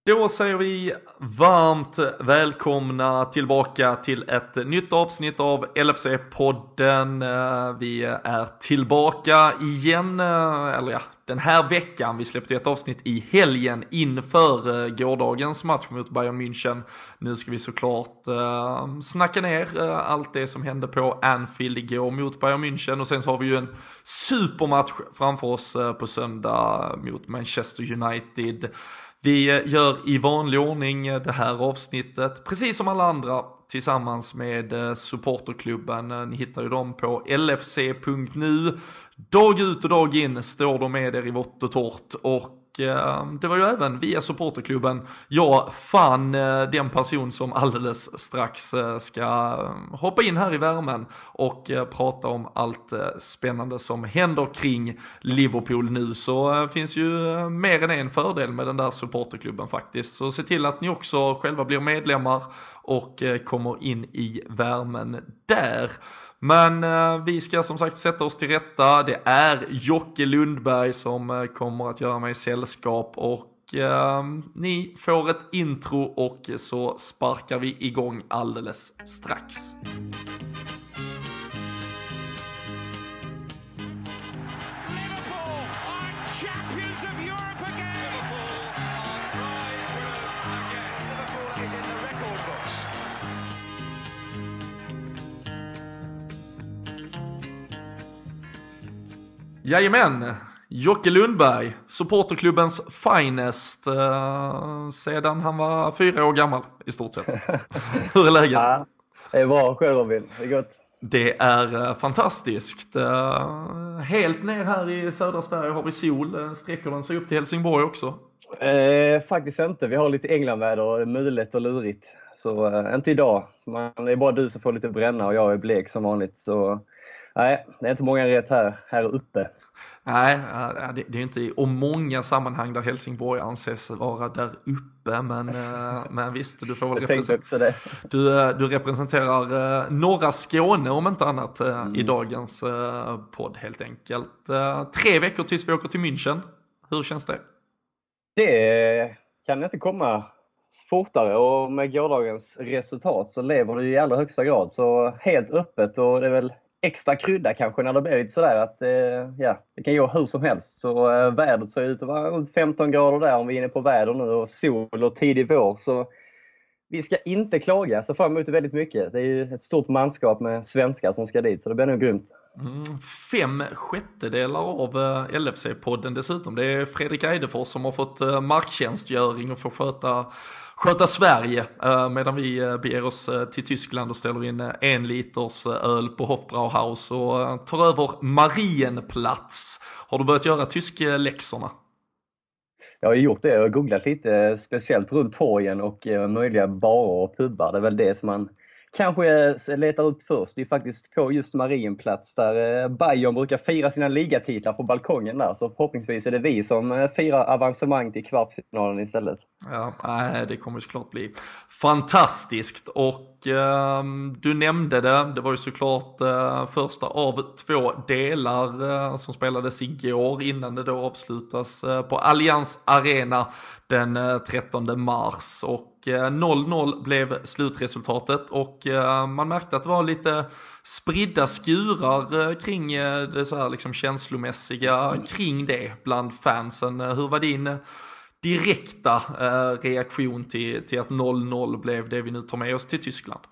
Då säger vi varmt välkomna tillbaka till ett nytt avsnitt av LFC-podden. Vi är tillbaka igen, eller ja, den här veckan. Vi släppte ett avsnitt i helgen inför gårdagens match mot Bayern München. Nu ska vi såklart snacka ner allt det som hände på Anfield igår mot Bayern München. Och sen så har vi ju en supermatch framför oss på söndag mot Manchester United. Vi gör i vanlig ordning det här avsnittet, precis som alla andra, tillsammans med supporterklubben. Ni hittar ju dem på lfc.nu. Dag ut och dag in står de med er i vått och torrt. Och det var ju även via supporterklubben jag fann den person som alldeles strax ska hoppa in här i värmen och prata om allt spännande som händer kring Liverpool nu. Så finns ju mer än en fördel med den där supporterklubben faktiskt. Så se till att ni också själva blir medlemmar och kommer in i värmen där. Men vi ska som sagt sätta oss till rätta. Det är Jocke Lundberg som kommer att göra mig sällskap och ni får ett intro och så sparkar vi igång alldeles strax. Jajamän, Jocke Lundberg, supporterklubbens finest sedan han var 4 år gammal i stort sett. Hur är läget? Ja, det är bra, själv Robin. Det är gott. Det är fantastiskt. Helt ner här i södra Sverige har vi sol. Sträcker den sig upp till Helsingborg också? Faktiskt inte. Vi har lite Englandväder, mulet och lurigt. Så inte idag. Det är bara du som får lite bränna och jag är blek som vanligt. Så nej, det är inte många rätt här uppe. Nej, det är inte om många sammanhang där Helsingborg anses vara där uppe, men visst, du får väl du representerar norra Skåne om inte annat i dagens podd helt enkelt. 3 veckor tills vi åker till München. Hur känns det? Det kan inte komma fortare, och med gårdagens resultat så lever det i allra högsta grad. Så helt öppet, och det är väl extra krydda kanske när det blir lite sådär att det kan gå hur som helst. Så vädret ser ut att vara runt 15 grader där om vi är inne på väder nu, och sol och tidig vår. Så vi ska inte klaga, så fram emot det väldigt mycket. Det är ju ett stort manskap med svenskar som ska dit, så det blir nog grymt. 5/6 av LFC-podden dessutom. Det är Fredrik Eidefors som har fått marktjänstgöring och får sköta Sverige medan vi beger oss till Tyskland och ställer in 1 liters öl på Hofbrauhaus och tar över Marienplatz. Har du börjat göra tyskläxorna? Jag har gjort det. Jag har googlat lite, speciellt runt torgen och möjliga barer och pubbar. Det är väl det som man kanske letar upp först. Det är faktiskt på just Marienplatz där Bayern brukar fira sina ligatitlar på balkongen där. Så förhoppningsvis är det vi som firar avancemang till kvartsfinalen istället. Ja, det kommer såklart bli fantastiskt. Och du nämnde det var ju såklart första av 2 delar som spelades igår innan det då avslutas på Allianz Arena den 13 mars. Och 0-0 blev slutresultatet, och man märkte att det var lite spridda skurar kring det så här liksom känslomässiga kring det bland fansen. Hur var din direkta reaktion till att 0-0 blev det vi nu tar med oss till Tyskland?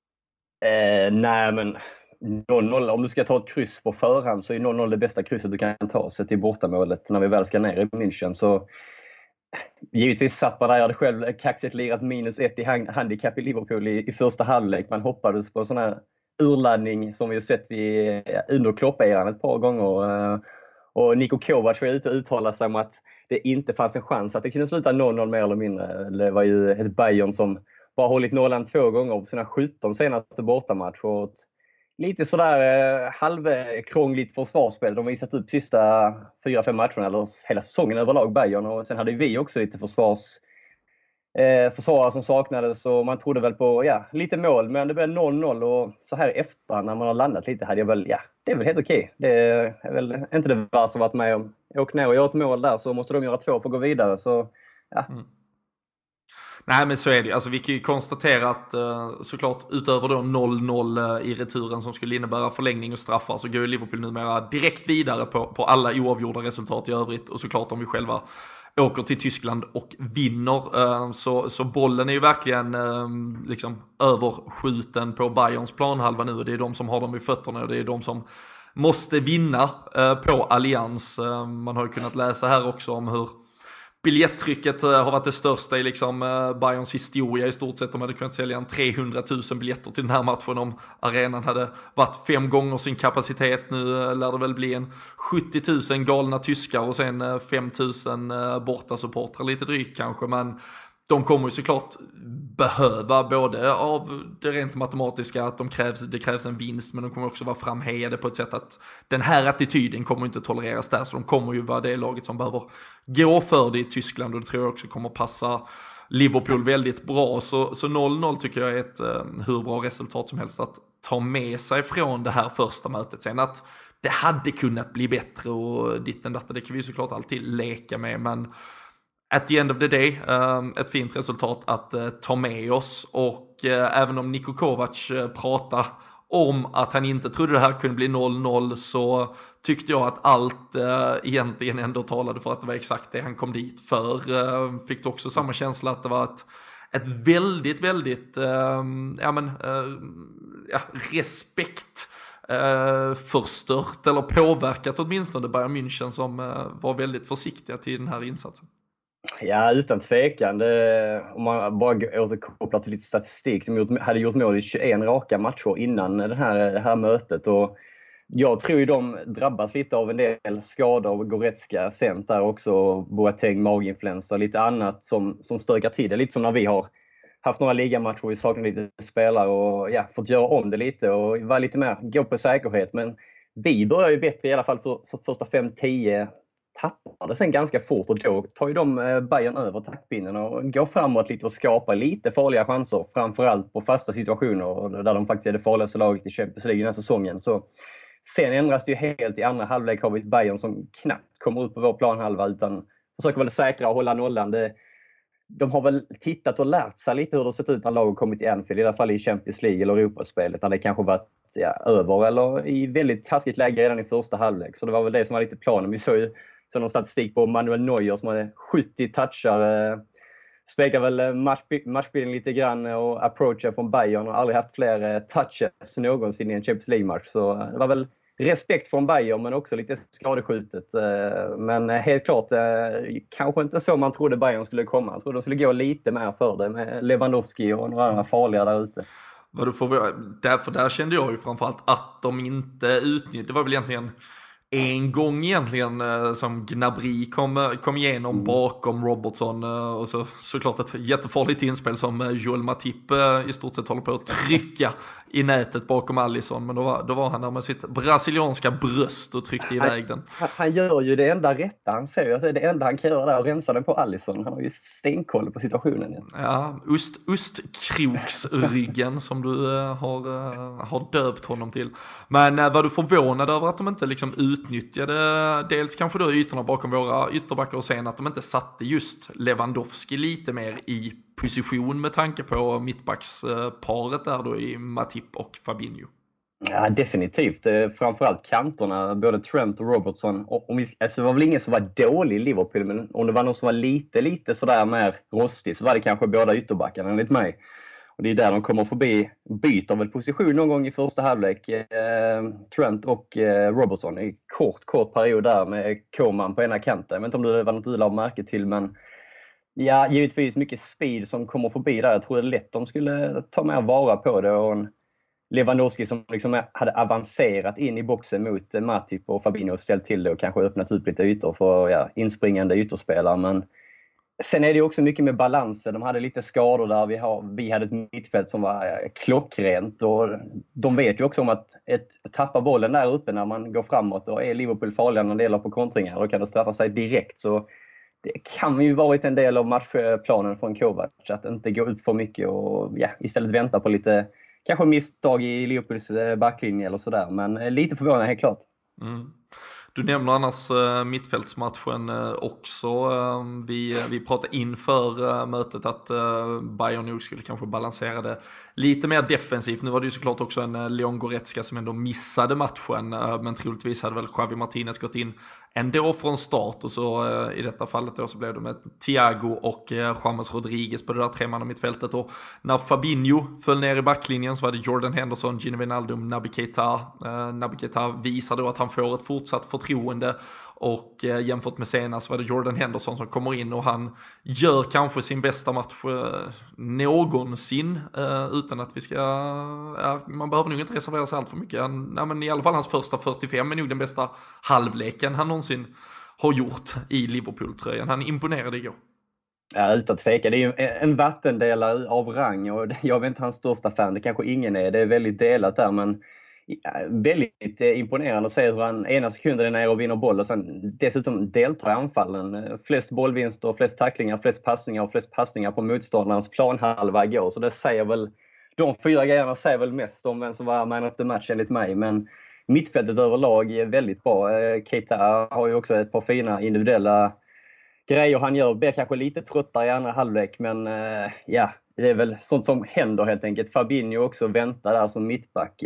Nej, men 0-0, om du ska ta ett kryss på förhand så är 0-0 det bästa krysset du kan ta sig till bortamålet när vi väl ska ner i München. Så givetvis satt man där. Jag hade själv kaxigt lirat -1 i handikapp i Liverpool i första halvlek. Man hoppades på en sån här urladdning som vi har sett under Klopp-eran ett par gånger. Och Niko Kovac var ute och uttalade sig om att det inte fanns en chans att det kunde sluta 0-0 mer eller mindre. Det var ju ett Bayern som bara hållit nollan 2 gånger på sina 17 senaste bortamatch. Och lite sådär halvkrångligt försvarsspel. De har visat upp sista 4-5 matcherna, eller hela säsongen överlag Bayern. Och sen hade vi också lite försvarare som saknades, och man trodde väl på lite mål, men det blev 0-0. Och så här efter när man har landat lite hade jag väl, det är väl helt okej. Det är väl inte det värsta varit med om. Jag åker ner och gör ett mål där, så måste de göra 2 för att gå vidare. Så Nej, men så är det. Alltså, vi kan ju konstatera att såklart utöver då 0-0 i returen som skulle innebära förlängning och straffar, så går ju Liverpool numera direkt vidare på alla oavgjorda resultat i övrigt, och såklart om vi själva åker till Tyskland och vinner, så bollen är ju verkligen liksom överskjuten på Bayerns planhalva nu, och det är de som har dem vid fötterna, och det är de som måste vinna på Allianz. Man har ju kunnat läsa här också om hur biljetttrycket har varit det största i liksom Bayerns historia i stort sett. De hade kunnat sälja 300 000 biljetter till den här matchen om arenan hade varit 5 gånger sin kapacitet. Nu lär det väl bli en 70 000 galna tyskar och sen 5 000 bortasupportrar, lite drygt kanske, men de kommer ju såklart behöva både av det rent matematiska att det krävs en vinst, men de kommer också vara framhejade på ett sätt att den här attityden kommer inte tolereras där, så de kommer ju vara det laget som behöver gå för det i Tyskland, och det tror jag också kommer passa Liverpool väldigt bra. Så 0-0 tycker jag är ett hur bra resultat som helst att ta med sig från det här första mötet. Sen att det hade kunnat bli bättre och ditten datta, det kan vi ju såklart alltid leka med, men at the end of the day, ett fint resultat att ta med oss. Och även om Niko Kovac pratar om att han inte trodde det här kunde bli 0-0, så tyckte jag att allt egentligen ändå talade för att det var exakt det han kom dit för. Fick också samma känsla att det var ett väldigt, väldigt respekt förstört eller påverkat åtminstone Bayern München, som var väldigt försiktiga till den här insatsen. Ja, utan tvekan. Om man bara återkopplar till lite statistik, som hade gjort mål i 21 raka matcher innan det här mötet. Och jag tror ju de drabbas lite av en del skador av Goretzka sent där också, Boateng, maginfluensa och lite annat som stökar till det. Lite som när vi har haft några ligamatcher och vi saknar lite spelare och fått göra om det lite och vara lite mer, gå på säkerhet. Men vi börjar ju bättre i alla fall för första 5-10. Tappar det sen ganska fort, och då tar ju de Bayern över taktpinnen och går framåt lite och skapar lite farliga chanser, framförallt på fasta situationer där de faktiskt är det farligaste laget i Champions League den här säsongen. Så sen ändras det ju helt. I andra halvlek har vi ett Bayern som knappt kommer ut på vår planhalva utan försöker väl säkra och hålla nollan. De har väl tittat och lärt sig lite hur det sett ut när laget kommit till Anfield, i alla fall i Champions League eller Europaspelet, där det kanske varit över eller i väldigt taskigt läge redan i första halvlek. Så det var väl det som var lite planen. Vi såg ju någon statistik på Manuel Neuer som hade 70 touchar. Speglar väl matchbilden lite grann och approachen från Bayern, och aldrig haft fler touches någonsin i en Champions League-match. Så det var väl respekt från Bayern, men också lite skadeskjutet. Men helt klart, kanske inte så man trodde Bayern skulle komma. Jag trodde de skulle gå lite mer för det med Lewandowski och några andra farliga där ute. Därför där kände jag ju framförallt att de inte utnyttjade. Det var väl egentligen en gång som Gnabry kom igenom bakom Robertson, och såklart ett jättefarligt inspel som Joel Matip i stort sett håller på att trycka i nätet bakom Alisson, men då var han där med sitt brasilianska bröst och tryckte iväg den. Han gör ju det enda rätta. Han säger att det är det enda han kan göra där, och rensa den på Alisson. Han har ju stenkoll på situationen. Ja, ostkroksryggen som du har döpt honom till. Men var du förvånad över att de inte liksom utnyttjade dels kanske då ytorna bakom våra ytterbackar, och sen att de inte satte just Lewandowski lite mer i position med tanke på mittbacksparet där då i Matip och Fabinho? Ja, definitivt. Framförallt kanterna, både Trent och Robertson. Det var väl ingen som var dålig i Liverpool, men om det var någon som var lite sådär mer rostig, så var det kanske båda ytterbackarna enligt mig. Och det är där de kommer förbi, byter väl position någon gång i första halvlek. Trent och Robertson i kort period där med Koman på ena kanten. Jag vet inte om det var något du la märke till, men ja, givetvis mycket speed som kommer förbi där. Jag tror det är lätt de skulle ta mer vara på det. Och Lewandowski som liksom hade avancerat in i boxen mot Matip och Fabinho och ställt till det och kanske öppnat upp lite ytor för inspringande ytterspelare. Men sen är det också mycket med balansen. De hade lite skador där. Vi hade ett mittfält som var klockrent. Och de vet ju också om att tappa bollen där uppe när man går framåt, och är Liverpool farliga när det gäller på kontringar, då kan det straffa sig direkt. Så det kan ju varit en del av matchplanen från Kovac att inte gå upp för mycket och istället vänta på lite kanske misstag i Liverpools backlinje eller sådär. Men lite förvånad helt klart. Du nämner annars mittfältsmatchen också. Vi pratade inför mötet att Bayern nog skulle kanske balansera det lite mer defensivt. Nu var det ju såklart också en Leon Goretzka som ändå missade matchen, men troligtvis hade väl Javi Martinez gått in ändå från start, och så i detta fallet då så blev det med Thiago och James Rodriguez på det där tremanna mittfältet. Och när Fabinho föll ner i backlinjen så var det Jordan Henderson, Gini Wijnaldum, Naby Keita. Naby Keita visar då att han får ett fortsatt förtroende, och jämfört med senast så var det Jordan Henderson som kommer in och han gör kanske sin bästa match någonsin, utan att vi ska, man behöver nog inte reservera sig allt för mycket. Men i alla fall hans första 45 är nog den bästa halvleken han någonsin har gjort i Liverpool-tröjan. Han imponerade igår. Ja, utan tveka. Det är ju en vattendelare av rang, och jag vet inte hans största fan, det kanske ingen är. Det är väldigt delat där, men väldigt imponerande att se hur han ena sekunden är nere och vinner boll och sen dessutom deltar i anfallen. Flest bollvinster, flest tacklingar, flest passningar på motståndarens planhalva igår. Så det säger väl, de 4 grejerna säger väl mest om vem som var man of the match enligt mig. Men mittfältet överlag är väldigt bra. Keita har ju också ett par fina individuella grejer han gör. Blir kanske lite tröttare i andra halvlek, men ja, det är väl sånt som händer helt enkelt. Fabinho också väntar där som mittback.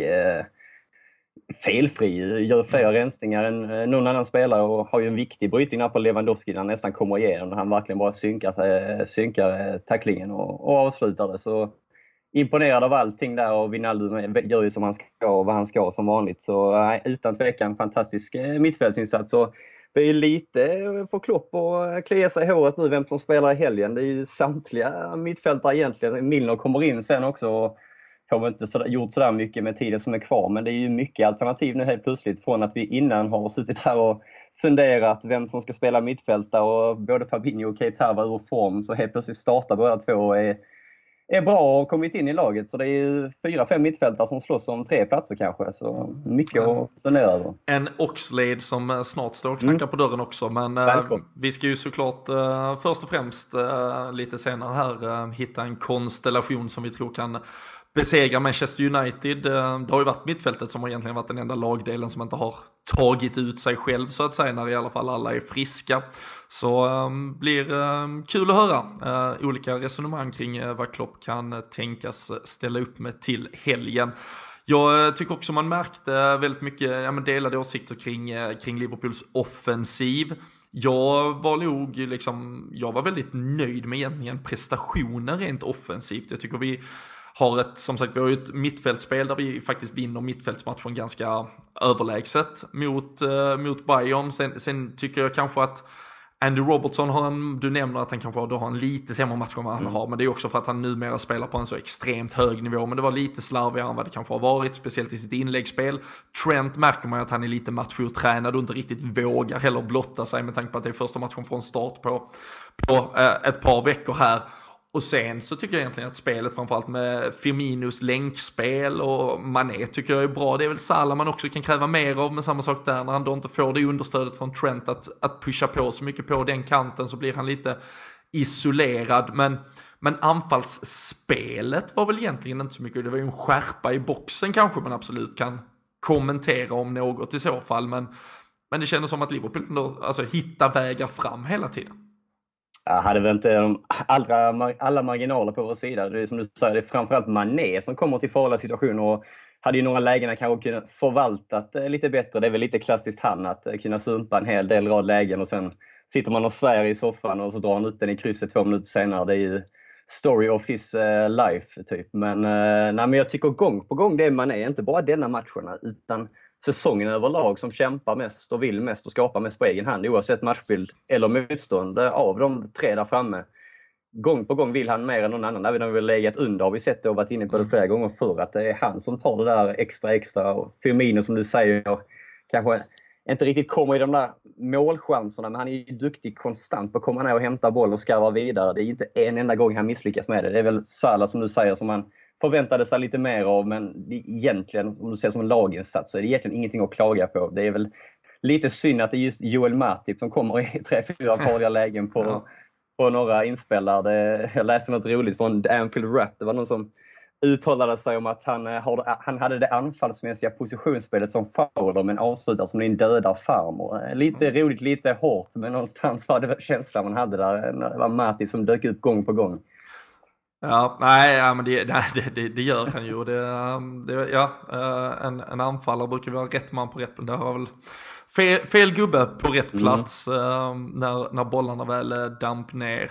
Felfri, gör fler rensningar än någon annan spelare och har ju en viktig brytning där på Lewandowski när han nästan kommer igenom, när han verkligen bara synkar tacklingen och avslutar det. Så imponerad av allting där, och Wijnaldum gör ju som han ska och vad han ska som vanligt. Så utan tvekan fantastisk mittfältsinsats. Och det är lite för Klopp och klia sig i håret nu vem som spelar i helgen. Det är ju samtliga mittfältare egentligen. Milner kommer in sen också och har inte gjort sådär mycket med tiden som är kvar. Men det är ju mycket alternativ nu helt plötsligt, från att vi innan har suttit här och funderat vem som ska spela mittfältare, och både Fabinho och Keita var ur form, så helt plötsligt startar båda två och är bra och kommit in i laget. Så det är 4-5 mittfältare som slåss om 3 platser kanske. Så mycket att fundera över. En Oxlade som snart står och knackar på dörren också. Men vi ska ju såklart först och främst lite senare här hitta en konstellation som vi tror kan besegra Manchester United. Det har ju varit mittfältet som har egentligen varit den enda lagdelen som inte har tagit ut sig själv så att säga, när i alla fall alla är friska. Så blir kul att höra olika resonemang kring vad Klopp kan tänkas ställa upp med till helgen. Jag tycker också man märkte väldigt mycket delade åsikter kring Liverpools offensiv. Jag var väldigt nöjd med egentligen prestationer rent offensivt. Jag tycker vi har vi har ju ett mittfältspel där vi faktiskt vinner mittfältsmatchen ganska överlägset mot Bayern. Sen tycker jag kanske att Andy Robertson du nämner att han kanske har en lite sämre match än vad han har, men det är också för att han numera spelar på en så extremt hög nivå, men det var lite slarvigare än vad det kanske har varit, speciellt i sitt inläggsspel. Trent märker man att han är lite matchtränad och inte riktigt vågar heller blotta sig, med tanke på att det är första matchen från start på ett par veckor här. Och sen så tycker jag egentligen att spelet, framförallt med Firminos länkspel och Mané, tycker jag är bra. Det är väl Salah man också kan kräva mer av, men samma sak där, när han då inte får det understödet från Trent att pusha på så mycket på den kanten, så blir han lite isolerad. Men anfallsspelet var väl egentligen inte så mycket. Det var ju en skärpa i boxen kanske man absolut kan kommentera om något i så fall. Men det kändes som att Liverpool hittar vägar fram hela tiden. Jag hade väl inte alla marginaler på vår sida. Det är som du säger, det är framförallt Mané som kommer till farliga situationer, och hade ju några lägen kanske kunnat förvaltat lite bättre. Det är väl lite klassiskt han att kunna sumpa en hel del rad lägen, och sen sitter man och svär i soffan och så drar han ut den i krysset 2 minuter senare. Det är ju story of his life typ. Men jag tycker gång på gång det är Mané, inte bara denna matcherna utan säsongen överlag, som kämpar mest och vill mest och skapar mest på egen hand, oavsett matchbild eller motstånd av de 3 där framme. Gång på gång vill han mer än någon annan. När vi har legat under har vi sett det och varit inne på det flera gånger förr, att det är han som tar det där extra. Och Firmino, som du säger, kanske inte riktigt kommer i de där målchanserna, men han är ju duktig konstant på att komma ner och hämta boll och skarva vidare. Det är inte en enda gång han misslyckas med det. Det är väl Salah, som du säger, som man förväntade sig lite mer av, men egentligen, om du ser som en laginsats, så är det egentligen ingenting att klaga på. Det är väl lite synd att det är just Joel Matip som kommer i 3-4 farliga lägen på några inspelare. Jag läste något roligt från Anfield Rap. Det var någon som uttalade sig om att han hade det anfallsmässiga positionsspelet som Fowler men avslutar som din döda farmor. Lite roligt, lite hårt, men någonstans var det känslan man hade där. Det var Matti som dök upp gång på gång. Ja, men det gör han ju. En anfallare brukar vara rätt man på rätt plats. Det har väl fel gubbe på rätt plats när bollarna väl damp ner.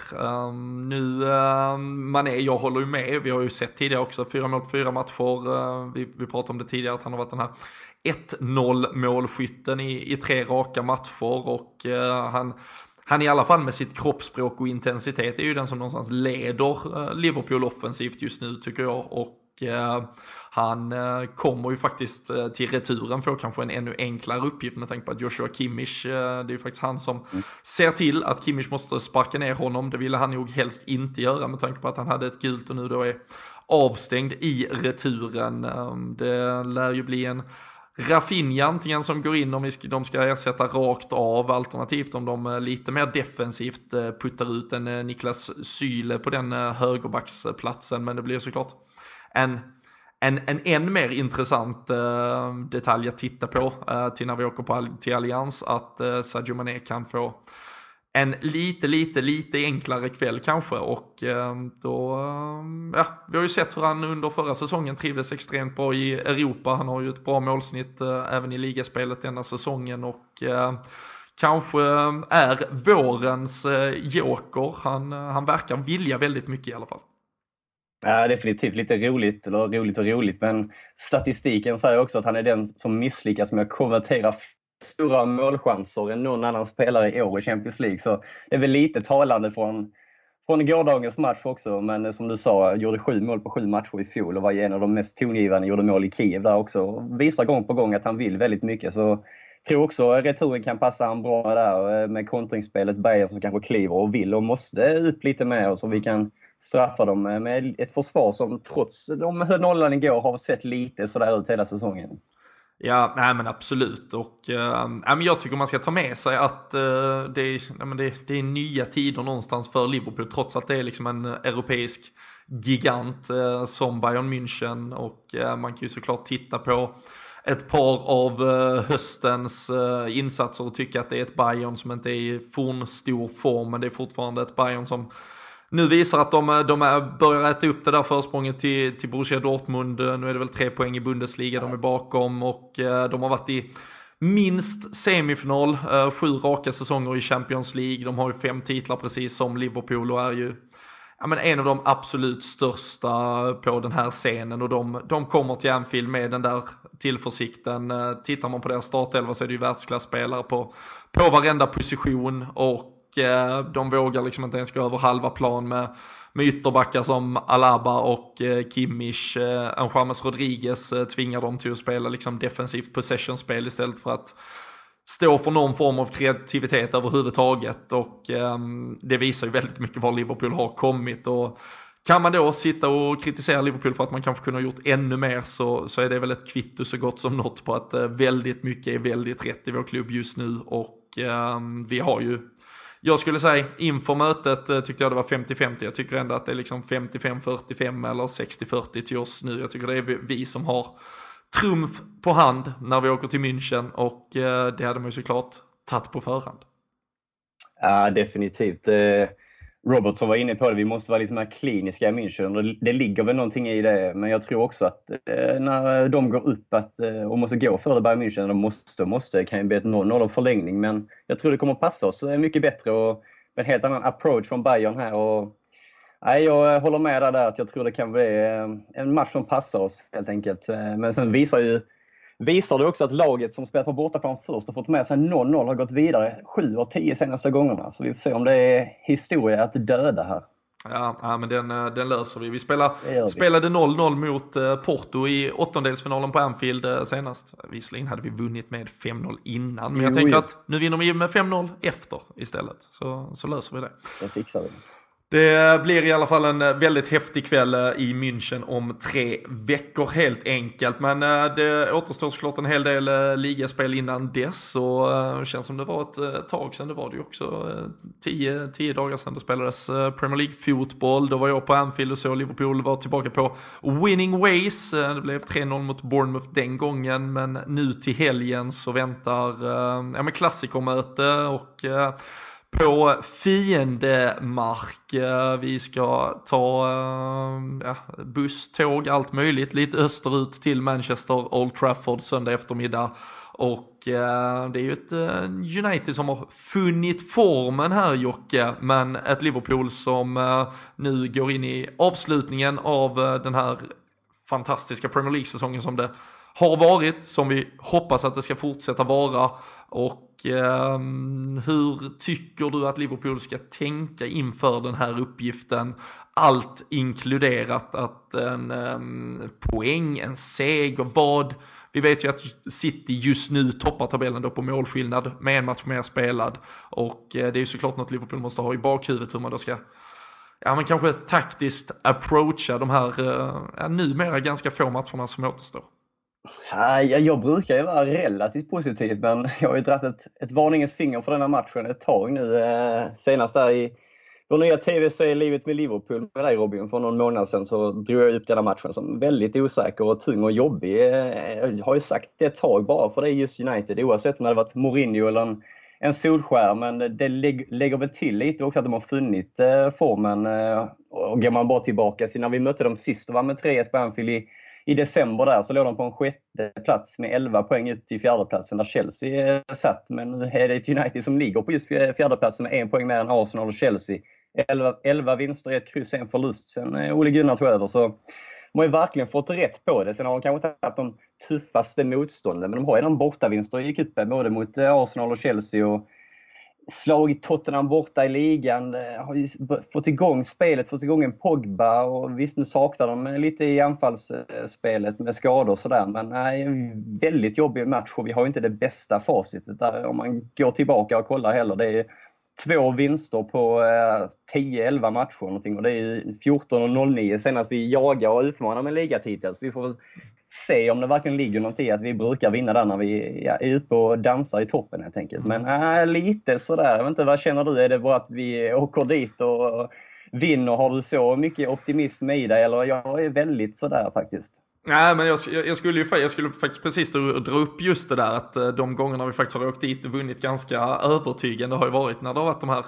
Jag håller ju med. Vi har ju sett tidigare också 4 mål på 4 matcher. Vi pratade om det tidigare att han har varit den här 1-0 målskytten i 3 raka matcher, och han i alla fall med sitt kroppsspråk och intensitet är ju den som någonstans leder Liverpool offensivt just nu, tycker jag. Och han kommer ju faktiskt till returen få kanske en ännu enklare uppgift med tanke på att Joshua Kimmich, det är ju faktiskt han som ser till att Kimmich måste sparka ner honom. Det ville han nog helst inte göra med tanke på att han hade ett gult och nu då är avstängd i returen. Det lär ju bli en Rafinha antingen som går in om de ska ersätta rakt av, alternativt om de lite mer defensivt puttar ut en Niklas Syle på den högerbacksplatsen. Men det blir såklart en än mer intressant detalj att titta på till när vi åker till Allians, att Sadio Mané kan få en lite enklare kväll kanske. Och vi har ju sett hur han under förra säsongen trivdes extremt bra i Europa. Han har ju ett bra målsnitt även i ligaspelet denna säsongen, och kanske är vårens joker. Han verkar vilja väldigt mycket i alla fall. Ja, definitivt lite roligt, men statistiken säger också att han är den som misslyckas med att konvertera stora målchanser än någon annan spelare i år i Champions League. Så det är väl lite talande från gårdagens match också. Men som du sa, gjorde 7 mål på 7 matcher i fjol och var en av de mest tongivande, gjorde mål i Kiev där också. Och visar gång på gång att han vill väldigt mycket. Så jag tror också att returen kan passa han bra där med kontringsspelet. Bayern som kanske kliver och vill och måste upp lite mer, så vi kan straffa dem med ett försvar som trots de nollan igår har sett lite sådär ut hela säsongen. Ja, nej men absolut. Och jag tycker man ska ta med sig att det är nya tider någonstans för Liverpool, trots att det är liksom en europeisk gigant som Bayern München. Och man kan ju såklart titta på ett par av höstens insatser och tycka att det är ett Bayern som inte är i fornstor form, men det är fortfarande ett Bayern som nu visar att de börjar äta upp det där försprånget till Borussia Dortmund. Nu är det väl 3 poäng i Bundesliga de är bakom, och de har varit i minst semifinal 7 raka säsonger i Champions League. De har ju 5 titlar precis som Liverpool och är ju en av de absolut största på den här scenen, och de kommer till Anfield med den där tillförsikten. Tittar man på deras startelva så är det ju världsklasspelare på varenda position, och de vågar liksom inte ens gå över halva plan med ytterbackar som Alaba och Kimmich. James Rodriguez tvingar dem till att spela liksom defensivt possession-spel istället för att stå för någon form av kreativitet överhuvudtaget. Och det visar ju väldigt mycket var Liverpool har kommit. Och kan man då sitta och kritisera Liverpool för att man kanske kunde ha gjort ännu mer, så är det väl ett kvitto så gott som något på att väldigt mycket är väldigt rätt i vår klubb just nu. Och vi har ju, jag skulle säga inför mötet tyckte jag det var 50-50. Jag tycker ändå att det är liksom 55-45 eller 60-40 till oss nu. Jag tycker det är vi som har trumf på hand när vi åker till München, och det hade man ju såklart tagit på förhand. Ja, definitivt. Robert som var inne på det, vi måste vara lite mer kliniska i München. Det ligger väl någonting i det, men jag tror också att när de går upp och måste gå för det Bayern München, de måste kan ju bli ett 0-0 av förlängning, men jag tror det kommer passa oss mycket bättre och en helt annan approach från Bayern här. Och jag håller med där att jag tror det kan bli en match som passar oss helt enkelt. Men sen visar det också att laget som spelat på bortaplan först och fått med sig 0-0 har gått vidare 7 av 10 senaste gångerna. Så vi får se om det är historia att döda här. Ja, men den löser vi. Vi spelade 0-0 mot Porto i åttondelsfinalen på Anfield senast. Visserligen hade vi vunnit med 5-0 innan, men jag tänker att nu vinner vi med 5-0 efter istället. Så löser vi det. Det fixar vi. Det blir i alla fall en väldigt häftig kväll i München om 3 veckor helt enkelt. Men det återstår såklart en hel del ligaspel innan dess. Och det känns som det var ett tag sedan. Det var det ju också 10 dagar sedan det spelades Premier League-fotboll. Då var jag på Anfield och så Liverpool var tillbaka på winning ways. Det blev 3-0 mot Bournemouth den gången. Men nu till helgen så väntar klassikermöte och... på fiendemark. Vi ska ta buss, tåg, allt möjligt. Lite österut till Manchester, Old Trafford söndag eftermiddag. Och det är ju ett United som har funnit formen här, Jocke. Men ett Liverpool som nu går in i avslutningen av den här fantastiska Premier League-säsongen som det har varit, som vi hoppas att det ska fortsätta vara. Och hur tycker du att Liverpool ska tänka inför den här uppgiften? Allt inkluderat, att en poäng, en seger, vad? Vi vet ju att City just nu toppar tabellen då på målskillnad med en match mer spelad. Och det är ju såklart något Liverpool måste ha i bakhuvudet, hur man då ska kanske taktiskt approacha de här numera ganska få matcherna som återstår. Jag brukar ju vara relativt positiv, men jag har ju dragit ett varningens finger för den här matchen ett tag nu. Senast där i vår nya tv-serie Livet med Liverpool med dig, Robin, för någon månad sedan så drog jag upp den här matchen som väldigt osäker och tung och jobbig. Jag har ju sagt det ett tag bara för det är just United, oavsett om det hade varit Mourinho eller en Solskär, men det lägger väl till lite också att de har funnit formen. Och går man bara tillbaka när vi mötte dem sist och var med 3-1 på Anfield i december där, så låg de på en 6:e plats med 11 poäng ut till 4:e platsen där Chelsea satt. Men det är ett United som ligger på just 4:e platsen med 1 poäng mer än Arsenal och Chelsea. 11 vinster, 1 kryss, 1 förlust sen Ole Gunnar tog över. Så de har ju verkligen fått rätt på det. Sen har de kanske inte haft de tuffaste motstånden, men de har ju de bortavinster i kuppen både mot Arsenal och Chelsea och slagit Tottenham borta i ligan, har ju fått igång spelet, fått igång en Pogba, och visst nu saknar de lite i anfallsspelet med skador och sådär, men nej, väldigt jobbig match och vi har ju inte det bästa facitet där om man går tillbaka och kollar heller. Det är 2 vinster på 10-11 matcher någonting, och det är 14-9 senast vi jagar och utmanar med ligatitel. Så vi får se om det verkligen ligger något i att vi brukar vinna där när vi är ute och dansar i toppen helt enkelt. Men lite sådär, jag vet inte, vad känner du? Är det bara att vi åker dit och vinner? Har du så mycket optimism i dig? Eller jag är väldigt sådär faktiskt. Nej, men jag skulle faktiskt precis dra upp just det där att de gångerna vi faktiskt har åkt dit och vunnit ganska övertygande har ju varit när det har varit de här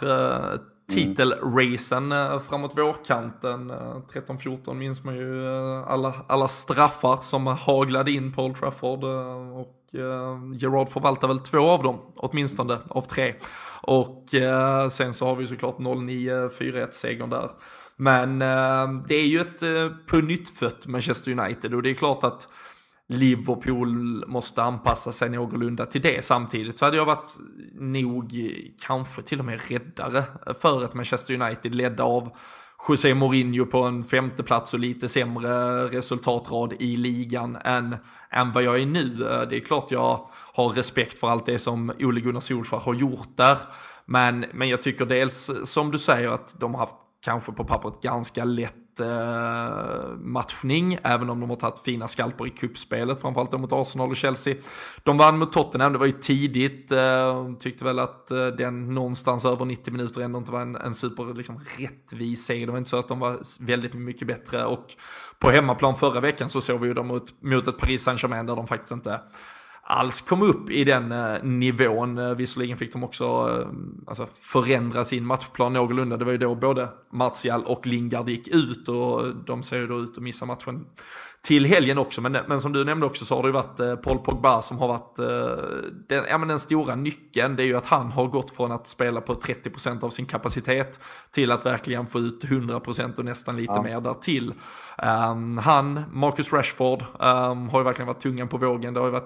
titelracen framåt vårkanten. 13-14 minns man ju alla straffar som haglade in på Old Trafford, och Gerrard förvaltar väl 2 av dem, åtminstone av 3. Och sen så har vi såklart 0-9 4-1 segern där. Men det är ju ett på nyttfött Manchester United, och det är klart att Liverpool måste anpassa sig någorlunda till det. Samtidigt så hade jag varit nog kanske till och med räddare för ett Manchester United ledda av José Mourinho på en 5:e plats och lite sämre resultatrad i ligan än vad jag är nu. Det är klart jag har respekt för allt det som Ole Gunnar Solskjær har gjort där, men jag tycker dels som du säger att de har haft kanske på pappret ganska lätt matchning, även om de har tagit fina skalper i kuppspelet, framförallt mot Arsenal och Chelsea. De vann mot Tottenham, det var ju tidigt, tyckte väl att den någonstans över 90 minuter ändå inte var en super rättvis seger. Det var inte så att de var väldigt mycket bättre, och på hemmaplan förra veckan så såg vi ju dem mot ett Paris Saint-Germain där de faktiskt inte alls kom upp i den nivån. Visserligen fick de också förändra sin matchplan någorlunda. Det var ju då både Martial och Lingard gick ut, och de ser ju då ut att missa matchen till helgen också. Men som du nämnde också så har det ju varit Paul Pogba som har varit den stora nyckeln. Det är ju att han har gått från att spela på 30% av sin kapacitet till att verkligen få ut 100% och nästan lite mer därtill. Marcus Rashford har ju verkligen varit tungan på vågen. Det har ju varit det som har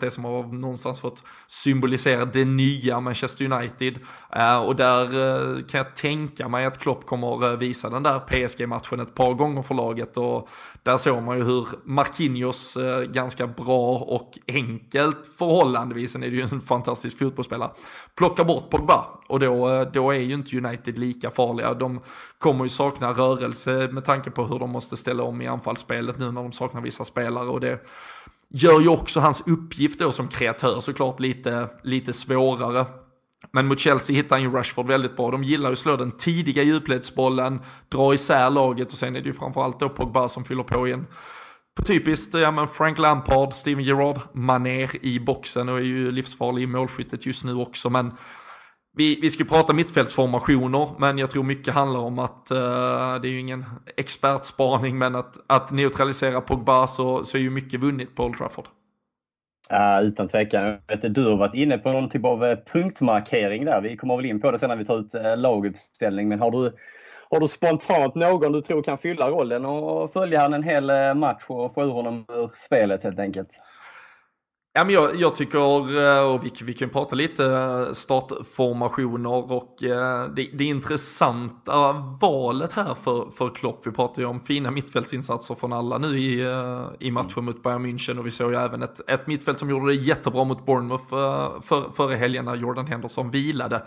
har någonstans fått symbolisera det nya Manchester United. Och där kan jag tänka mig att Klopp kommer visa den där PSG-matchen ett par gånger för laget, och där såg man ju hur Marquinhos ganska bra och enkelt förhållandevis, är det ju en fantastisk fotbollsspelare, plockar bort Pogba, och då är ju inte United lika farliga. De kommer ju sakna rörelse med tanke på hur de måste ställa om i anfallsspelet nu när de saknar vissa spelare, och det gör ju också hans uppgift då som kreatör såklart lite svårare. Men mot Chelsea hittar ju Rashford väldigt bra. De gillar ju att slå den tidiga djupledsbollen, dra isär laget, och sen är det ju framförallt då Pogba som fyller på igen. På typiskt Frank Lampard, Steven Gerrard, Mané i boxen, och är ju livsfarlig i målskyttet just nu också. Men vi ska prata mittfältsformationer, men jag tror mycket handlar om att det är ju ingen expertspaning, men att neutralisera Pogba så är ju mycket vunnit på Old Trafford. Utan tvekan. Du har varit inne på någon typ av punktmarkering där. Vi kommer väl in på det sen när vi tar ut laguppställning, men har du spontant någon du tror kan fylla rollen och följa han en hel match och få ur honom ur spelet helt enkelt? Ja, men jag tycker, och vi kan prata lite startformationer, och det intressanta valet här för Klopp. Vi pratar ju om fina mittfältsinsatser från alla nu i matchen mot Bayern München, och vi såg ju även ett mittfält som gjorde det jättebra mot Bournemouth förra helgen när Jordan Henderson vilade.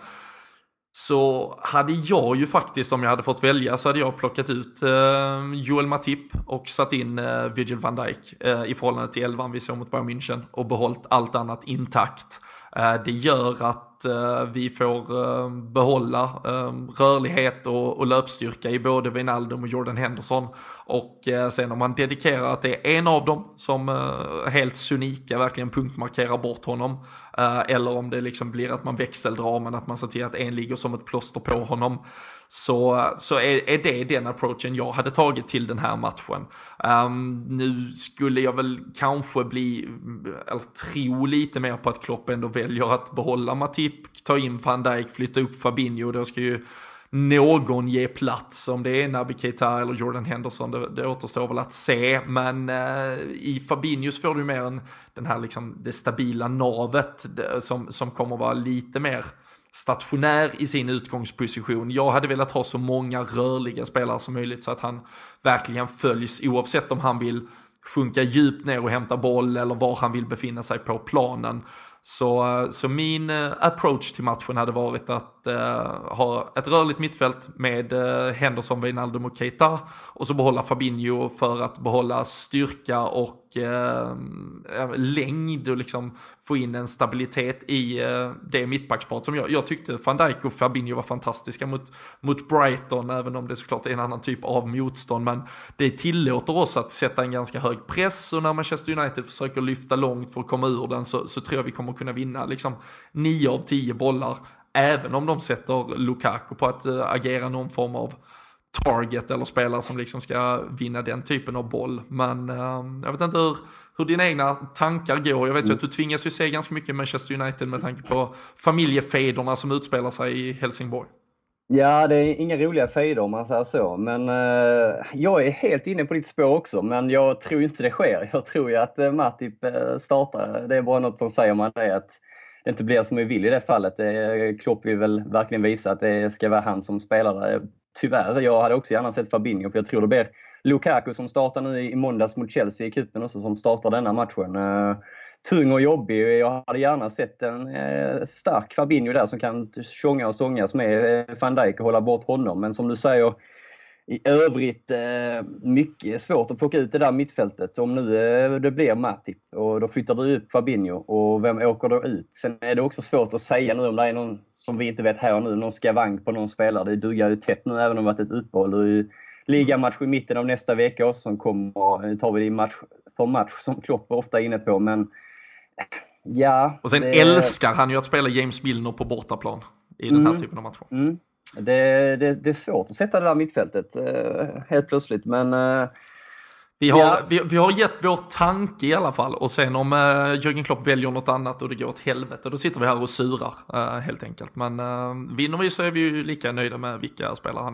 Så hade jag ju faktiskt, om jag hade fått välja, så hade jag plockat ut Joel Matip och satt in Virgil van Dijk i förhållande till 11 vi såg mot Bayern München, och behållit allt annat intakt. Det gör att vi får behålla rörlighet och löpstyrka i både Wijnaldum och Jordan Henderson, och sen om man dedikerar att det är en av dem som helt sonika verkligen punktmarkerar bort honom, eller om det liksom blir att man växeldrar, men att man ser till att en ligger som ett plåster på honom, så är det den approachen jag hade tagit till den här matchen. Nu skulle jag väl kanske tro lite mer på att Klopp ändå väljer att behålla Matip, ta in Van Dijk, flytta upp Fabinho. Då ska ju någon ge plats, om det är Naby Keita eller Jordan Henderson, det återstår väl att se. Men i Fabinhos får du mer den här liksom det stabila navet som kommer vara lite mer stationär i sin utgångsposition. Jag hade velat ha så många rörliga spelare som möjligt, så att han verkligen följs oavsett om han vill sjunka djupt ner och hämta boll eller var han vill befinna sig på planen. Så min approach till matchen hade varit att ha ett rörligt mittfält med Henderson, Wijnaldum och Keita, och så behålla Fabinho för att behålla styrka och längd, och liksom få in en stabilitet i det mittbacksparet som jag tyckte Van Dijk och Fabinho var fantastiska mot Brighton, även om det såklart är en annan typ av motstånd, men det tillåter oss att sätta en ganska hög press, och när Manchester United försöker lyfta långt för att komma ur den, så tror jag vi kommer kunna vinna liksom 9 av 10 bollar, även om de sätter Lukaku på att agera någon form av target eller spelare som liksom ska vinna den typen av boll. Men jag vet inte hur dina egna tankar går. Jag vet ju att du tvingas ju se ganska mycket Manchester United med tanke på familjefejderna som utspelar sig i Helsingborg. Ja, det är inga roliga fejder om man säger så. Men jag är helt inne på ditt spår också. Men jag tror inte det sker. Jag tror ju att Matip startar. Det är bara något som säger man det, att det inte blir som vi vill i det fallet. Klopp vill väl verkligen visa att det ska vara han som spelar där. Tyvärr, jag hade också gärna sett Fabinho, för jag tror det blir Lukaku som startar nu i måndags mot Chelsea i kuppen också, som startar denna matchen. Tung och jobbig. Jag hade gärna sett en stark Fabinho där som kan sjunga och stångas med Van Dijk och hålla bort honom. Men som du säger, i övrigt mycket svårt att plocka ut det där mittfältet. Om nu det blir Matip, och då flyttar du upp Fabinho, och vem åker då ut? Sen är det också svårt att säga nu om det är någon som vi inte vet här och nu, någon skavank på någon spelare. Det duggar ju tätt nu, även om det varit ett uppehåll. Och ligamatch i mitten av nästa vecka också, som kommer, tar vi det match för match som Klopp ofta är inne på, men ja. Och sen älskar han ju att spela James Milner på bortaplan i den här typen av matcher. Det är svårt att sätta det där mittfältet helt plötsligt, men vi har gett vår tanke i alla fall, och sen om Jürgen Klopp väljer något annat och det går åt helvete, då sitter vi här och surar helt enkelt. Men vinner vi så är vi ju lika nöjda med vilka spelare han är.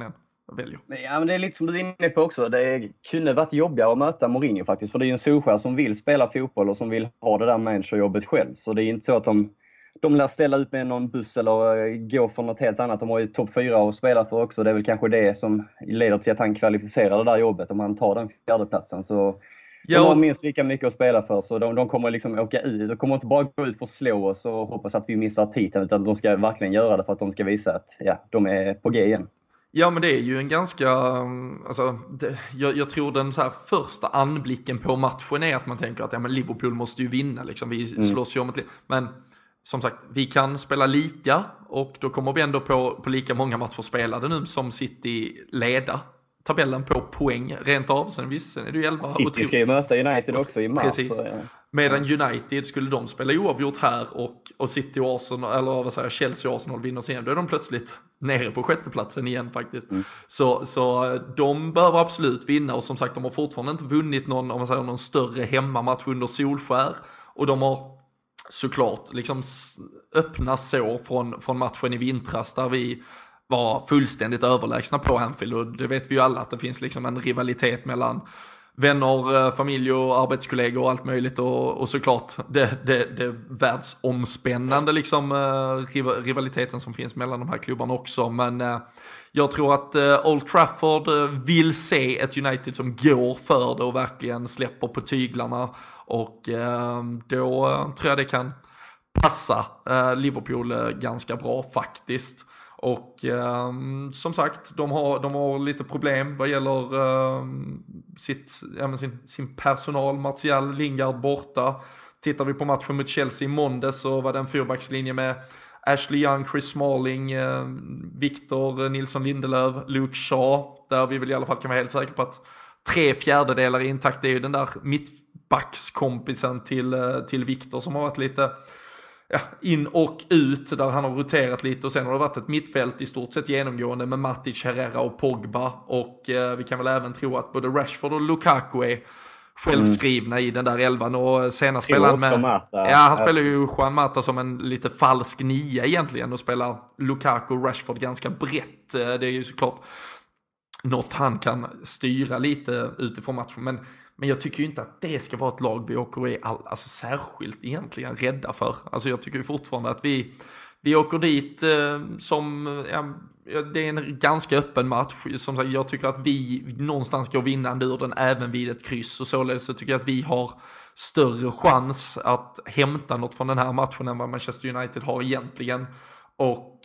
väljer. Ja, men det är lite som du är inne på också. Det kunde varit jobbigare att möta Mourinho faktiskt. För det är ju en Solskjær som vill spela fotboll och som vill ha det där managerjobbet själv. Så det är inte så att de lär ställa ut med någon buss eller gå för något helt annat. De har ju topp 4 att spela för också. Det är väl kanske det som leder till att han kvalificerar det där jobbet om han tar den 4:e platsen. Så de har minst lika mycket att spela för. Så de kommer liksom åka ut. De kommer inte bara gå ut för att slå oss och hoppas att vi missar titeln. Utan de ska verkligen göra det för att de ska visa att de är på G igen. Ja, men det är ju en ganska, alltså, jag tror den så här första anblicken på matchen är att man tänker att men Liverpool måste ju vinna, liksom. Vi slåss ju om ett men som sagt, vi kan spela lika och då kommer vi ändå på lika många matcher spelade nu som City leda tabellen på poäng rent av. Sen visst, är det ju 11. City ska ju möta United också i mars. Precis. Medan United skulle de spela oavgjort här och City och Arsenal, eller vad säger Chelsea och Arsenal vinner sen, då är de plötsligt nere på 6:e platsen igen faktiskt. Så de behöver absolut vinna, och som sagt, de har fortfarande inte vunnit någon större hemmamatch under Solskjær, och de har såklart liksom öppna så från matchen i vintras där vi var fullständigt överlägsna på Anfield, och det vet vi ju alla att det finns liksom en rivalitet mellan vänner, familj och arbetskollegor och allt möjligt, och såklart det världsomspännande liksom rivaliteten som finns mellan de här klubbarna också. Men jag tror att Old Trafford vill se ett United som går för det och verkligen släpper på tyglarna, och då tror jag det kan passa Liverpool ganska bra faktiskt. Och som sagt, de har lite problem vad gäller sin personal. Martial, Lingard borta. Tittar vi på matchen mot Chelsea i måndag så var det en 4-backslinje med Ashley Young, Chris Smalling, Victor Nilsson Lindelöf, Luke Shaw, där vi väl i alla fall kan vara helt säkra på att 3/4 är intakt. Det är ju den där mittbackskompisen till Victor som har varit lite in och ut, där han har roterat lite, och sen har det varit ett mittfält i stort sett genomgående med Matic, Herrera och Pogba, och vi kan väl även tro att både Rashford och Lukaku är självskrivna i den där 11:an, och senast spelar han med han spelar ju Juan Mata som en lite falsk 9 egentligen, och spelar Lukaku och Rashford ganska brett. Det är ju såklart något han kan styra lite utifrån matchen, men jag tycker ju inte att det ska vara ett lag vi åker i särskilt egentligen rädda för. Alltså jag tycker ju fortfarande att vi åker dit det är en ganska öppen match. Som sagt, jag tycker att vi någonstans ska vinna ur den även vid ett kryss, och således så tycker jag att vi har större chans att hämta något från den här matchen än vad Manchester United har egentligen. Och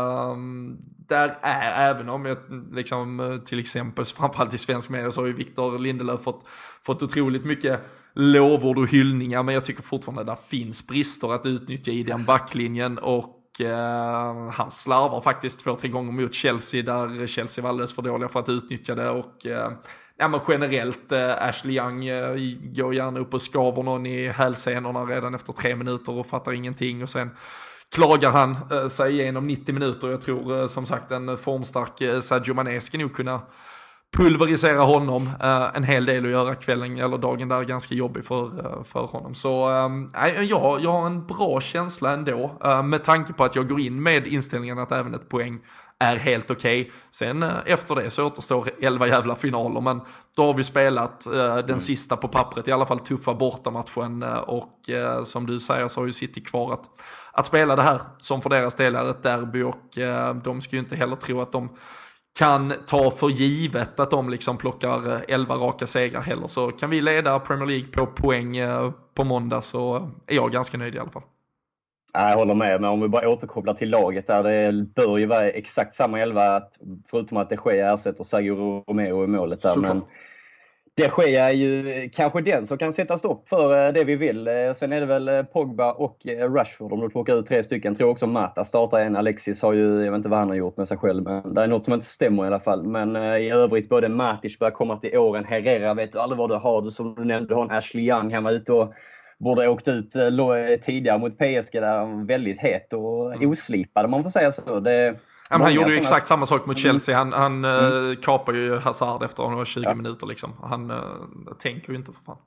där är, även om jag liksom, till exempel framförallt i svensk media, så har ju Victor Lindelöf fått otroligt mycket lovord och hyllningar, men jag tycker fortfarande att det finns brister att utnyttja i den backlinjen, och han slarvar faktiskt 2-3 gånger mot Chelsea, där Chelsea var alldeles för dåliga för att utnyttja det, och men generellt Ashley Young går gärna upp och skaver någon i hälsenorna redan efter 3 minuter och fattar ingenting, och sen klagar han sig igenom 90 minuter. Jag tror som sagt en formstark Sadio Mané ska nog kunna pulverisera honom. En hel del att göra kvällen eller dagen där, ganska jobbig för honom. Så jag har en bra känsla ändå, med tanke på att jag går in med inställningen att även ett poäng är helt okej. Sen efter det så återstår 11 jävla finaler, men då har vi spelat den sista på pappret, i alla fall tuffa bortamatchen, och som du säger så har ju City kvar att spela det här som för deras del är ett derby, och de ska ju inte heller tro att de kan ta för givet att de liksom plockar 11 raka segrar heller. Så kan vi leda Premier League på poäng på måndag, så är jag ganska nöjd i alla fall. Jag håller med, men om vi bara återkopplar till laget där, det bör ju vara exakt samma 11, förutom att De Gea ersätter Sergio Romero i målet där. Men De Gea är ju kanske den som kan sätta stopp för det vi vill. Sen är det väl Pogba och Rashford om du plockar ut 3 stycken. Jag tror också Mata startar en. Alexis har ju, jag vet inte vad han har gjort med sig själv, men det är något som inte stämmer i alla fall. Men i övrigt, både Matic börjar komma till åren. Herrera vet du aldrig vad du har. Du som du nämnde, du har en Ashley Young. Han var ute och borde ha åkt ut tidigare mot PSG där han var väldigt het och oslipad, man får säga så. Han gjorde ju exakt samma sak mot Chelsea. Han kapar ju Hazard efter 20 minuter liksom. Han tänker ju inte för fan.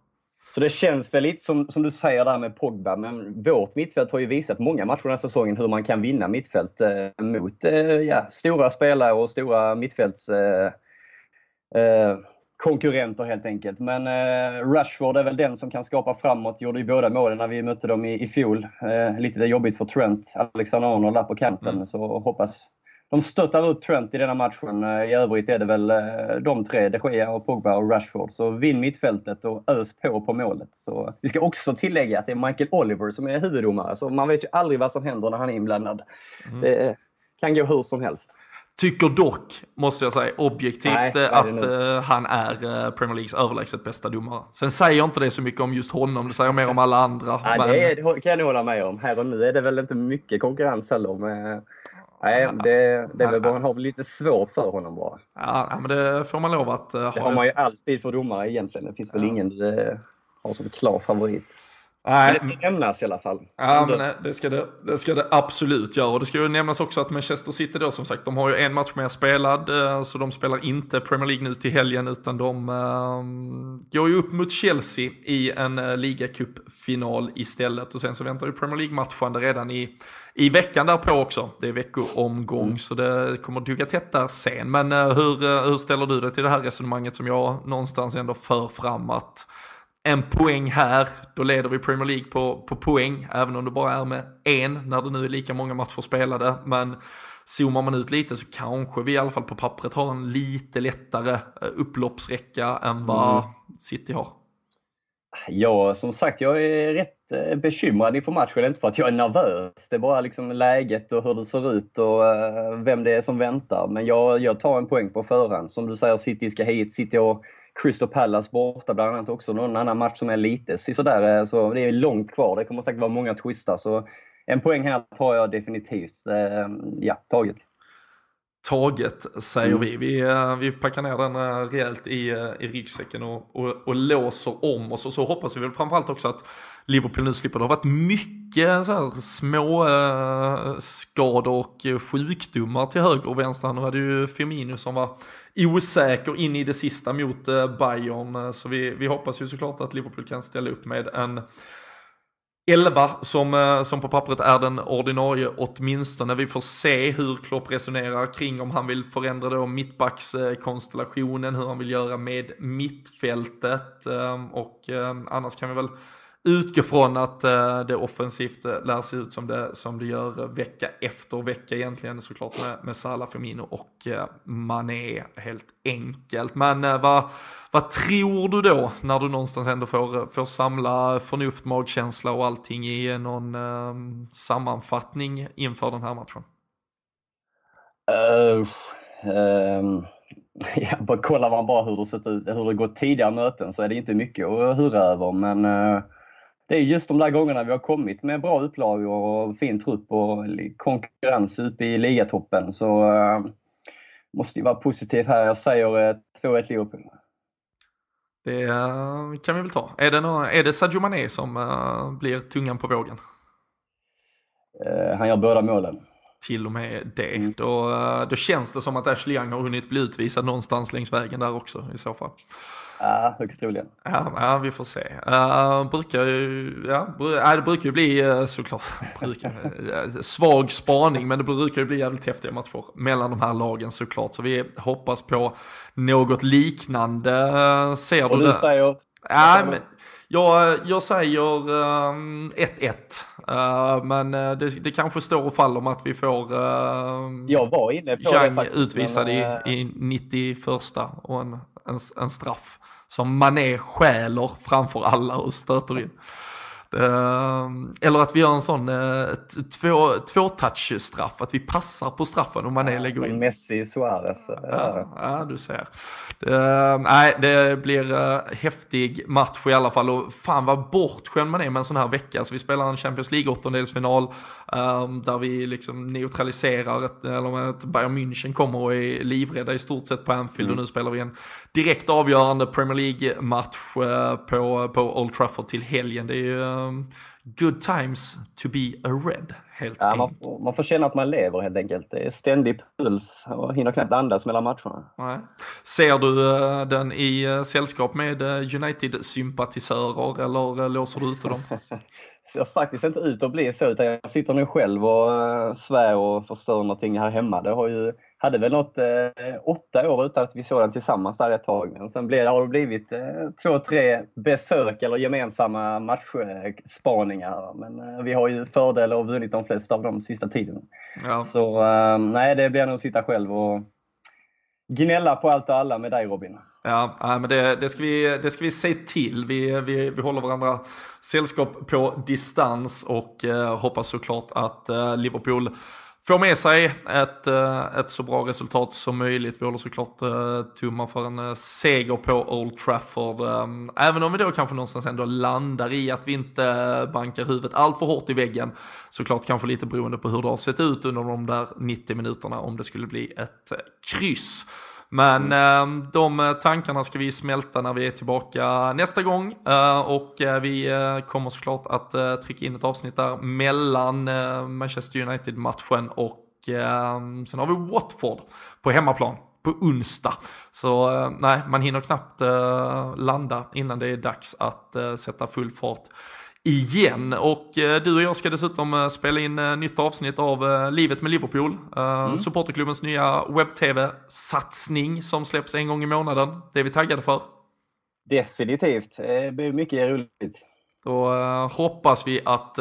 Så det känns väl lite som du säger där med Pogba, men vårt mittfält har ju visat många matcher den här säsongen hur man kan vinna mittfält mot stora spelare och stora mittfälts konkurrenter helt enkelt. Men Rashford är väl den som kan skapa framåt. Gjorde ju båda målen när vi mötte dem i fjol. Lite jobbigt för Trent, Alexander-Arnold där på kanten. Så hoppas de stöttar upp Trent i denna matchen. I övrigt är det väl de tre, De Gea och Pogba och Rashford. Så vinn mittfältet och ös på målet. Så vi ska också tillägga att det är Michael Oliver som är huvuddomare. Så man vet ju aldrig vad som händer när han är inblandad. Det kan gå hur som helst. Tycker dock, måste jag säga, objektivt att han är Premier Leagues överlägset bästa domare. Sen säger jag inte det så mycket om just honom, det säger mer om alla andra. Ja, men... det kan jag hålla med om. Här och nu är det väl inte mycket konkurrens heller. Nej, han har väl lite svårt för honom bara. Ja, men det får man lov att ha. Det har man ju alltid för domare egentligen. Det finns väl ingen har som klar favorit. Nej. Det ska nämnas i alla fall. Ja, men det ska det absolut göra. Och det ska ju nämnas också att Manchester City då, som sagt, de har ju en match mer spelad, så de spelar inte Premier League nu till helgen, utan de går ju upp mot Chelsea i en ligacupfinal istället. Och sen så väntar ju Premier League-matchande redan i veckan därpå också. Det är veckoomgång, så det kommer att dugga tätt där sen. Men hur ställer du dig till det här resonemanget som jag någonstans ändå för fram, att en poäng här, då leder vi Premier League på poäng, även om det bara är med en när det nu är lika många matcher spelade. Men zoomar man ut lite så kanske vi i alla fall på pappret har en lite lättare upploppsräcka än vad City har. Ja, som sagt, jag är rätt bekymrad inför matchen. Inte för att jag är nervös, det är bara liksom läget och hur det ser ut och vem det är som väntar. Men jag tar en poäng på förhand. Som du säger, City ska hit, City och Crystal Palace borta bland annat också. Någon annan match som är lite sådär, så det är långt kvar. Det kommer säkert vara många twistar. Så en poäng här tar jag definitivt. Taget. Taget, säger vi. Vi packar ner den rejält i ryggsäcken och låser om oss. Och så hoppas vi väl framförallt också att Liverpool nu slipper. Det har varit mycket så här små skador och sjukdomar till höger och vänster. Nu hade ju Firmino som var osäker in i det sista mot Bayern. Så vi hoppas ju såklart att Liverpool kan ställa upp med en 11 som på pappret är den ordinarie åtminstone. Vi får se hur Klopp resonerar kring om han vill förändra då mittbackskonstellationen, hur han vill göra med mittfältet, och annars kan vi väl utgå från att det offensivt lär sig ut som det gör vecka efter vecka egentligen, såklart med Salah, Firmino och Mané helt enkelt. Men vad tror du då när du någonstans ändå får samla förnuft, magkänsla och allting i någon sammanfattning inför den här matchen? Bara kollar man bara hur det sett ut, hur det gått tidigare möten, så är det inte mycket att hurra över, men det är just de där gångerna vi har kommit med bra upplagor och fin trupp och konkurrens uppe i ligatoppen, så måste ju vara positivt här. Jag säger 2-1 Liverpool. Det kan vi väl ta. Är det Sadio Mané som blir tungan på vågen? Han gör båda målen. Till och med det. Då känns det som att Ashley Young har hunnit bli utvisad någonstans längs vägen där också i så fall. Ja, högst troligen. Ja, vi får se. Det brukar ju bli såklart svag spaning, men det brukar ju bli jävligt häftiga matcher mellan de här lagen såklart. Så vi hoppas på något liknande. Ser och du det? Säger... Men jag säger 1-1. Men det kanske står och faller om att vi får jag var inne på Young det faktiskt, utvisad i 91:a och en straff som Mané stjäler framför alla och stöter in. Eller att vi gör en sån två-touch-straff, att vi passar på straffen och Mané lägger in. Messi, Suarez. Ja, du ser. Det blir häftig match i alla fall, och fan vad bortskämd man är med en sån här vecka. Så vi spelar en Champions League 8-delsfinal där vi liksom neutraliserar ett Bayern München kommer och är livrädda i stort sett på Anfield, och nu spelar vi en direkt avgörande Premier League-match på Old Trafford till helgen. Det är ju good times to be a Red, helt Ja, enkelt. man får känna att man lever helt enkelt. Det är ständig puls och hinner knappt andas mellan matcherna. Nej. Ser du den i sällskap med United-sympatisörer eller låser du ut dem? Ser faktiskt inte ut att bli så, utan jag sitter nu själv och svär och förstör någonting här hemma. Det hade väl något 8 år utan att vi såg den tillsammans där ett tag. Men sen har det blivit 2-3 besök eller gemensamma matchspaningar. Men vi har ju fördel och vunnit de flesta av de sista tiden. Ja. Så nej, det blir nog att sitta själv och gnälla på allt och alla med dig, Robin. Ja, men det ska vi se till. Vi håller varandra sällskap på distans och hoppas såklart att Liverpool får med sig ett så bra resultat som möjligt. Vi håller såklart tummar för en seger på Old Trafford. Även om vi då kanske någonstans ändå landar i att vi inte bankar huvudet allt för hårt i väggen. Såklart kanske lite beroende på hur det har sett ut under de där 90 minuterna om det skulle bli ett kryss. Men de tankarna ska vi smälta när vi är tillbaka nästa gång. Och vi kommer såklart att trycka in ett avsnitt där mellan Manchester United-matchen och sen har vi Watford på hemmaplan på onsdag. Så nej, man hinner knappt landa innan det är dags att sätta full fart igen. Och du och jag ska dessutom spela in nytt avsnitt av Livet med Liverpool, supporterklubbens nya webb-tv-satsning som släpps en gång i månaden. Det är vi taggade för. Definitivt, det blir mycket roligt. Då hoppas vi att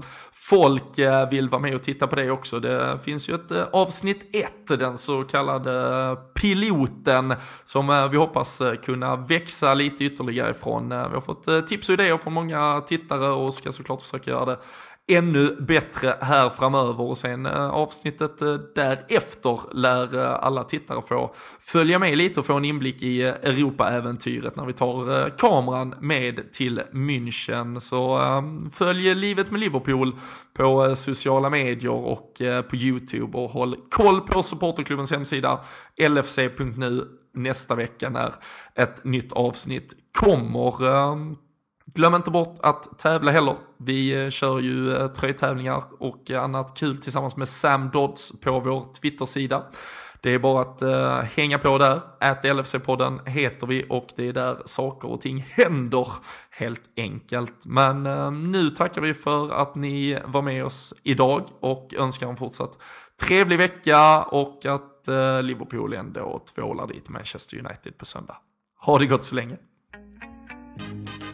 folk vill vara med och titta på det också. Det finns ju ett avsnitt 1, den så kallade piloten, som vi hoppas kunna växa lite ytterligare ifrån. Vi har fått tips och idéer från många tittare och ska såklart försöka göra det ännu bättre här framöver, och sen avsnittet därefter lär alla tittare få följa med lite och få en inblick i Europa-äventyret när vi tar kameran med till München. Så följ Livet med Liverpool på sociala medier och på YouTube, och håll koll på supporterklubbens hemsida lfc.nu nästa vecka när ett nytt avsnitt kommer. Glöm inte bort att tävla heller. Vi kör ju tröjtävlingar och annat kul tillsammans med Sam Dodds på vår Twitter-sida. Det är bara att hänga på där. @LFC-podden heter vi, och det är där saker och ting händer, helt enkelt. Men nu tackar vi för att ni var med oss idag och önskar en fortsatt trevlig vecka, och att Liverpool ändå tvålar dit Manchester United på söndag. Ha det gott så länge.